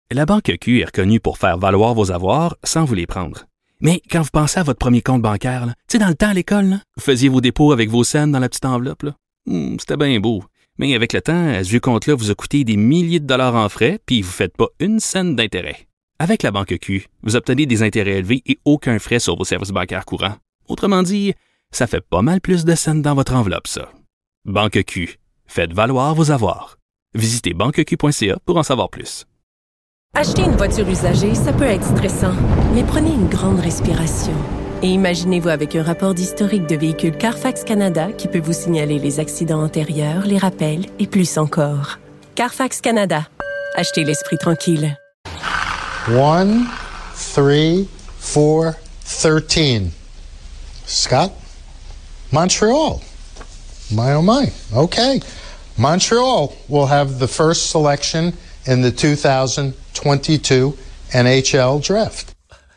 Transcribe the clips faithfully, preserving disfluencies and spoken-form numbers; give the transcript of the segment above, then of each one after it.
La Banque Q est reconnue pour faire valoir vos avoirs sans vous les prendre. Mais quand vous pensez à votre premier compte bancaire, tu sais, dans le temps à l'école, là, vous faisiez vos dépôts avec vos scènes dans la petite enveloppe. Là. Hum, c'était bien beau. Mais avec le temps, ce vieux compte-là vous a coûté des milliers de dollars en frais, puis vous ne faites pas une scène d'intérêt. Avec la Banque Q, vous obtenez des intérêts élevés et aucun frais sur vos services bancaires courants. Autrement dit, ça fait pas mal plus de scènes dans votre enveloppe, ça. Banque Q. Faites valoir vos avoirs. Visitez banque q point c a pour en savoir plus. Acheter une voiture usagée, ça peut être stressant, mais prenez une grande respiration. Et imaginez-vous avec un rapport d'historique de véhicule Carfax Canada qui peut vous signaler les accidents antérieurs, les rappels et plus encore. Carfax Canada. Achetez l'esprit tranquille. One, three, four, thirteen. Scott? Montreal. My oh my. Okay. Montreal will have the first selection in the two thousand twenty-two N H L Draft.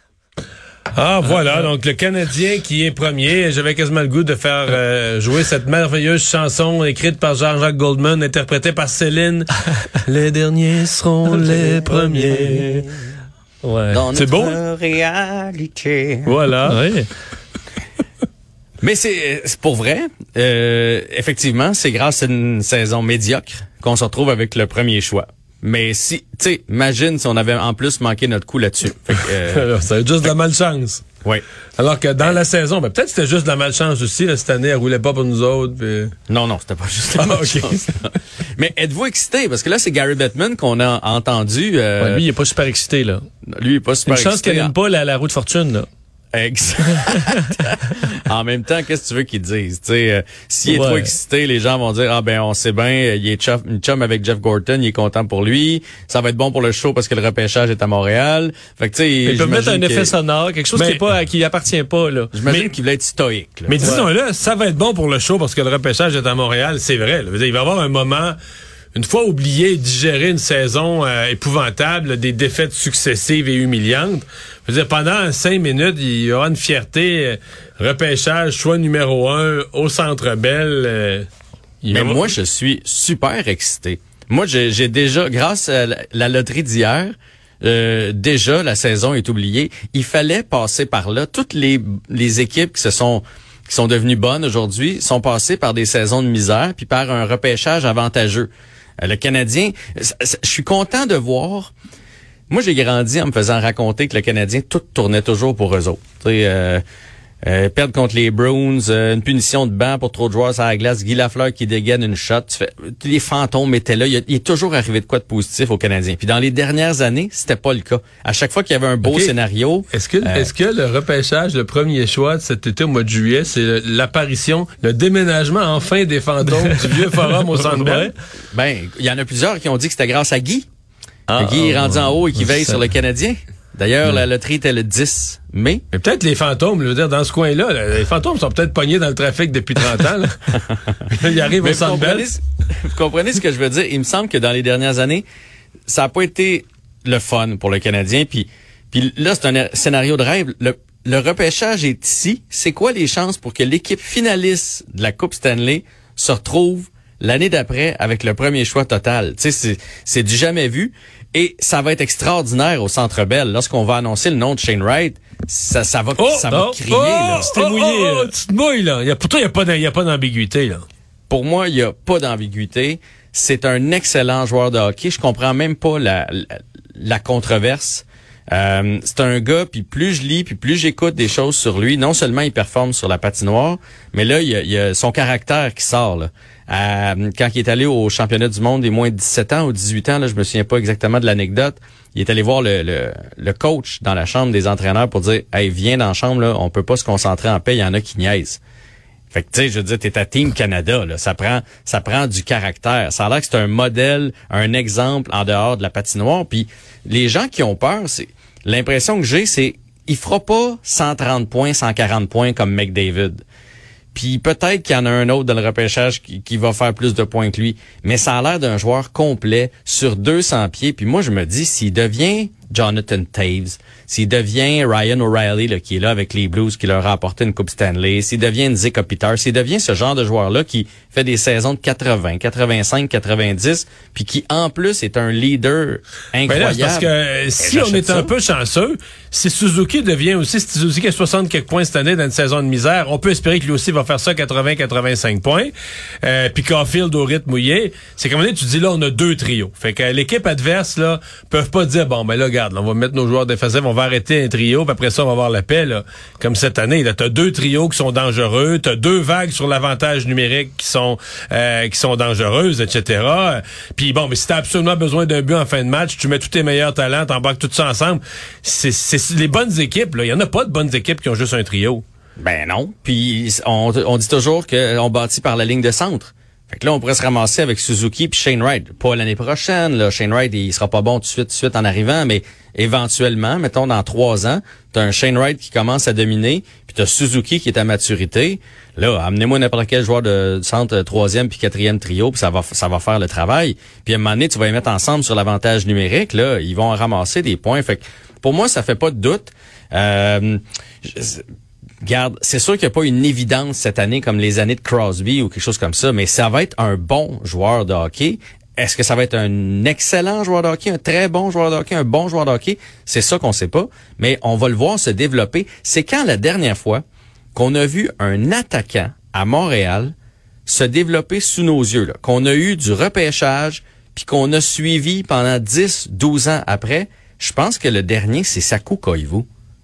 Ah, voilà, donc le Canadien qui est premier. J'avais quasiment le goût de faire euh, jouer cette merveilleuse chanson écrite par Jean-Jacques Goldman, interprétée par Céline. Les derniers seront les premiers. Ouais. Dans c'est beau. Réalité. Voilà. Oui. Mais c'est, c'est pour vrai. Euh, effectivement, c'est grâce à une saison médiocre qu'on se retrouve avec le premier choix. Mais si, tu sais, imagine si on avait en plus manqué notre coup là-dessus. Fait que, euh, ça va être juste de la malchance. Oui. Alors que dans la saison, ben peut-être que c'était juste de la malchance aussi. Là, cette année, elle roulait pas pour nous autres. Puis... Non, non, c'était pas juste de la ah, malchance. Okay. Mais êtes-vous excité? Parce que là, c'est Gary Bettman qu'on a entendu. Euh... Ouais, lui, il est pas super excité, là. Lui, il est pas super excité. Une chance qu'elle n'aime pas la, la roue de fortune, là. Exact. En même temps, qu'est-ce que tu veux qu'ils disent? Tu sais, euh, s'il est ouais. trop excité, les gens vont dire, ah ben, on sait bien, il est chum, une chum avec Jeff Gorton, il est content pour lui. Ça va être bon pour le show parce que le repêchage est à Montréal. Fait que, tu sais, il peut mettre un que... effet sonore, quelque chose mais, qui est pas, qui appartient pas, là. J'imagine mais, qu'il voulait être stoïque, là. Mais disons-le, ça va être bon pour le show parce que le repêchage est à Montréal, c'est vrai, là. Il va y avoir un moment, une fois oublié, digérer une saison euh, épouvantable, des défaites successives et humiliantes. Je veux dire, pendant cinq minutes, il y aura une fierté, euh, repêchage, choix numéro un, au Centre Bell. Euh, Mais aura... moi, je suis super excité. Moi, j'ai, j'ai déjà, grâce à la, la loterie d'hier, euh, déjà, la saison est oubliée. Il fallait passer par là. Toutes les, les équipes qui se sont... qui sont devenues bonnes aujourd'hui, sont passées par des saisons de misère, puis par un repêchage avantageux. Euh, le Canadien, je suis content de voir... Moi, j'ai grandi en me faisant raconter que le Canadien, tout tournait toujours pour eux autres. Tu sais, euh, euh, perdre contre les Bruins, euh, une punition de banc pour trop de joueurs sur la glace, Guy Lafleur qui dégaine une shot. Tu fais, les fantômes étaient là. Il, a, il est toujours arrivé de quoi de positif aux Canadiens. Puis dans les dernières années, c'était pas le cas. À chaque fois qu'il y avait un beau okay. scénario... Est-ce que, euh, est-ce que le repêchage, le premier choix de cet été au mois de juillet, c'est l'apparition, le déménagement enfin des fantômes du vieux forum au Centre Bell? Ben, il y en a plusieurs qui ont dit que c'était grâce à Guy. Ah, Guy est rendu ah, en haut et qui veille ça... sur le Canadien. D'ailleurs, mmh. la loterie était le dix mai. Mais peut-être les fantômes, je veux dire, dans ce coin-là, là, les fantômes sont peut-être pognés dans le trafic depuis trente ans. Là. Ils arrivent au Centre Bell. Vous comprenez ce que je veux dire? Il me semble que dans les dernières années, ça n'a pas été le fun pour le Canadien. Puis, puis là, c'est un scénario de rêve. Le, le repêchage est ici. C'est quoi les chances pour que l'équipe finaliste de la Coupe Stanley se retrouve l'année d'après avec le premier choix total? Tu sais, c'est, c'est du jamais vu. Et ça va être extraordinaire au Centre Bell. Lorsqu'on va annoncer le nom de Shane Wright, ça, ça va, oh, ça va oh, crier, oh, là. C'était oh, mouillé. Oh, oh, tu te mouilles, là. Y a, pour toi, il n'y a pas d'ambiguïté, là. Pour moi, il n'y a pas d'ambiguïté. C'est un excellent joueur de hockey. Je comprends même pas la, la, la controverse. Euh, c'est un gars, puis plus je lis, puis plus j'écoute des choses sur lui, non seulement il performe sur la patinoire, mais là, il y a, il y a son caractère qui sort, là. Euh, quand il est allé au championnat du monde des moins de dix-sept ans ou dix-huit ans, là, je me souviens pas exactement de l'anecdote, il est allé voir le, le, le coach dans la chambre des entraîneurs pour dire « Hey, viens dans la chambre, là, on peut pas se concentrer en paix, il y en a qui niaisent. » Fait que, tu sais, je veux dire, t'es à Team Canada, là. Ça prend, ça prend du caractère. Ça a l'air que c'est un modèle, un exemple en dehors de la patinoire. Puis, les gens qui ont peur, c'est, l'impression que j'ai, c'est, il fera pas cent trente points, cent quarante points comme McDavid. Puis, peut-être qu'il y en a un autre dans le repêchage qui, qui va faire plus de points que lui. Mais ça a l'air d'un joueur complet sur deux cents pieds. Puis moi, je me dis, s'il devient Jonathan Taves, s'il devient Ryan O'Reilly, là, qui est là avec les Blues, qui leur a apporté une Coupe Stanley, s'il devient Nick Kopitar, s'il devient ce genre de joueur-là qui fait des saisons de quatre-vingts, quatre-vingt-cinq, quatre-vingt-dix, puis qui en plus est un leader incroyable. Ben là, parce que euh, si on est ça. un peu chanceux, si Suzuki devient aussi, si Suzuki a soixante quelques points cette année dans une saison de misère, on peut espérer que lui aussi va faire ça quatre-vingts quatre-vingt-cinq points. Euh, puis Caulfield au rythme mouillé, c'est comme tu dis là, on a deux trios. Fait que l'équipe adverse là peuvent pas dire bon ben là regarde, là, on va mettre nos joueurs défensifs, on va arrêter un trio, puis après ça on va avoir la paix là. Comme cette année, là t'as deux trios qui sont dangereux, t'as deux vagues sur l'avantage numérique qui sont euh, qui sont dangereuses, et cetera. Puis bon, mais si t'as absolument besoin d'un but en fin de match, tu mets tous tes meilleurs talents, t'embarques tout ça ensemble. C'est, c'est les bonnes équipes là. Il y en a pas de bonnes équipes qui ont juste un trio. Ben non. Puis on, on dit toujours qu'on bâtit par la ligne de centre. Fait que là, on pourrait se ramasser avec Suzuki puis Shane Wright. Pas l'année prochaine, là. Shane Wright, il sera pas bon tout de suite, tout de suite en arrivant, mais éventuellement, mettons dans trois ans, t'as un Shane Wright qui commence à dominer, puis t'as Suzuki qui est à maturité. Là, amenez-moi n'importe quel joueur de centre troisième puis quatrième trio, puis ça va, ça va faire le travail. Puis à un moment donné, tu vas les mettre ensemble sur l'avantage numérique. Là, ils vont ramasser des points. Fait que pour moi, ça fait pas de doute. Euh, je, Garde, c'est sûr qu'il n'y a pas une évidence cette année comme les années de Crosby ou quelque chose comme ça, mais ça va être un bon joueur de hockey. Est-ce que ça va être un excellent joueur de hockey, un très bon joueur de hockey, un bon joueur de hockey? C'est ça qu'on sait pas, mais on va le voir se développer. C'est quand la dernière fois qu'on a vu un attaquant à Montréal se développer sous nos yeux, là, qu'on a eu du repêchage, puis qu'on a suivi pendant dix, douze ans après? Je pense que le dernier, c'est Saku Koivu.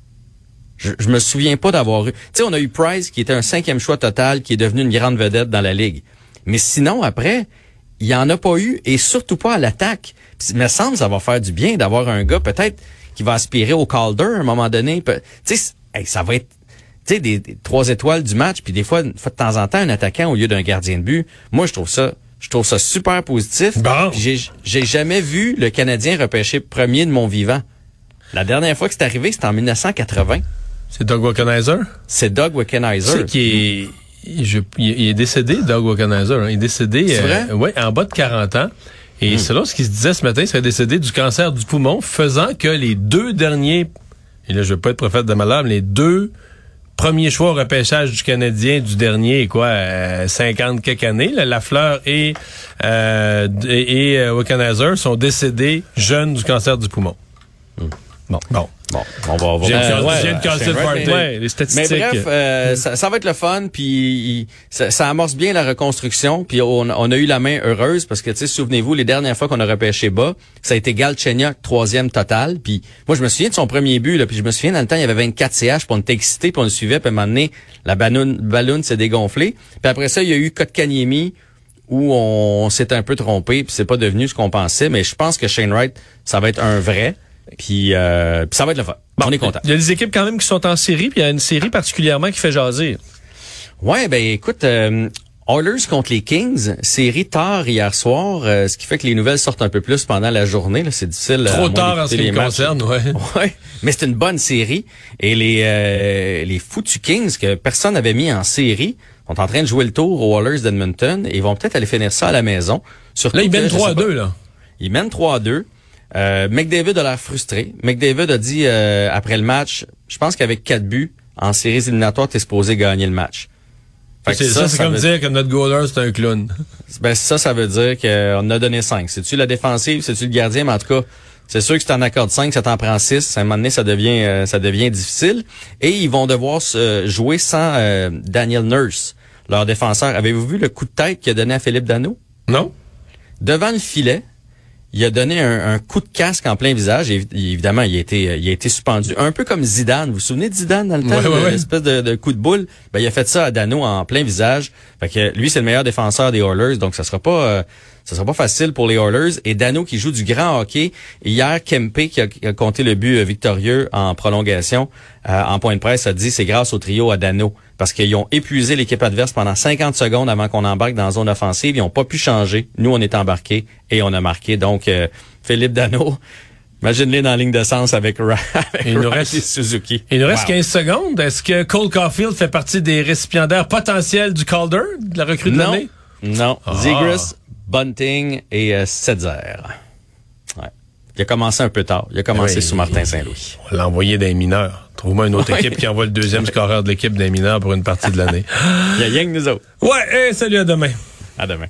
Je, je me souviens pas d'avoir eu... Tu sais, on a eu Price, qui était un cinquième choix total, qui est devenu une grande vedette dans la Ligue. Mais sinon, après, il y en a pas eu, et surtout pas à l'attaque. Puis, il me semble que ça va faire du bien d'avoir un gars, peut-être, qui va aspirer au Calder à un moment donné. Tu sais, hey, ça va être... Tu sais, des, des trois étoiles du match, puis des fois, une fois de temps en temps, un attaquant au lieu d'un gardien de but. Moi, je trouve ça... Je trouve ça super positif. Bon. J'ai, j'ai jamais vu le Canadien repêcher premier de mon vivant. La dernière fois que c'est arrivé, c'était en dix-neuf cent quatre-vingts. C'est Doug Wickenheiser? C'est Doug Wickenheiser. Tu sais qui est, je, il est décédé, Doug Wickenheiser. Hein. Il est décédé, c'est vrai? Euh, ouais, en bas de quarante ans. Et mmh. selon ce qu'il se disait ce matin, il serait décédé du cancer du poumon, faisant que les deux derniers, et là je veux pas être prophète de malheur, mais les deux premiers choix au repêchage du Canadien du dernier, quoi, euh, cinquante quelques années, là, Lafleur et, euh, et, et euh, Wickenheiser sont décédés jeunes du cancer du poumon. Mmh. Bon. Bon. Bon, on va, on va. J'ai Euh, ouais, de casser le party. Ouais, les statistiques. Mais bref, euh, mm. ça, ça va être le fun, puis ça, ça amorce bien la reconstruction, puis on, on a eu la main heureuse parce que, tu sais, souvenez-vous, les dernières fois qu'on a repêché bas, ça a été Galchenyuk, troisième total, puis moi je me souviens de son premier but, là, puis je me souviens dans le temps il y avait vingt-quatre C H, puis on était excités, puis on le suivait, puis à un moment donné, la ballon, ballon s'est dégonflée, puis après ça il y a eu Kotkaniemi où on, on s'est un peu trompé, puis c'est pas devenu ce qu'on pensait, mais je pense que Shane Wright, ça va être un vrai. Puis, euh, puis ça va être le fun. Bon, on est content. Il y a des équipes quand même qui sont en série, puis il y a une série particulièrement qui fait jaser. Ouais, ben écoute, euh, Oilers contre les Kings, série tard hier soir, euh, ce qui fait que les nouvelles sortent un peu plus pendant la journée. Là, c'est difficile. Trop tard en ce qui me concerne, ouais. Ouais, mais c'est une bonne série. Et les euh, les foutus Kings que personne n'avait mis en série sont en train de jouer le tour aux Oilers d'Edmonton et ils vont peut-être aller finir ça à la maison. Surtout là, ils mènent que, trois à deux, là. Ils mènent trois à deux. Euh, McDavid a l'air frustré. McDavid a dit euh, après le match, je pense qu'avec quatre buts en séries éliminatoires, t'es supposé gagner le match. Fait que c'est ça, ça c'est ça comme veut... dire que notre goaler c'est un clown. Ben ça, ça veut dire qu'on a donné cinq. C'est-tu la défensive, c'est-tu le gardien, mais en tout cas, c'est sûr que si t'en accordes cinq, ça t'en prend six. À un moment donné, ça devient euh, ça devient difficile. Et ils vont devoir euh, jouer sans euh, Daniel Nurse, leur défenseur. Avez-vous vu le coup de tête qu'il a donné à Philippe Danault? Non. Devant le filet. Il a donné un, un coup de casque en plein visage et évidemment, il a été il a été suspendu. Un peu comme Zidane. Vous vous souvenez de Zidane dans le temps? Ouais, ouais, ouais. L'espèce de, de coup de boule. Ben, il a fait ça à Danault en plein visage. Fait que lui, c'est le meilleur défenseur des Oilers. Donc, ça sera pas euh, ça sera pas facile pour les Oilers. Et Danault qui joue du grand hockey. Hier, Kempe qui a, qui a compté le but victorieux en prolongation, euh, en point de presse, a dit c'est grâce au trio à Danault. Parce qu'ils ont épuisé l'équipe adverse pendant cinquante secondes avant qu'on embarque dans la zone offensive. Ils n'ont pas pu changer. Nous, on est embarqués et on a marqué. Donc, euh, Philippe Danault, imagine-les dans la ligne de sens avec, Ra- avec il nous reste, Suzuki. Il nous reste wow. quinze secondes. Est-ce que Cole Caulfield fait partie des récipiendaires potentiels du Calder, de la recrue de non. l'année? Non. Ah. Zegras, Bunting et euh, Setzer. Ouais. Il a commencé un peu tard. Il a commencé oui, sous Martin Saint-Louis. On l'a envoyé dans les mineurs. Trouve-moi une autre oui. équipe qui envoie le deuxième scoreur de l'équipe des mineurs pour une partie de l'année. Il y a rien que nous autres. Ouais, hey, salut, à demain. À demain.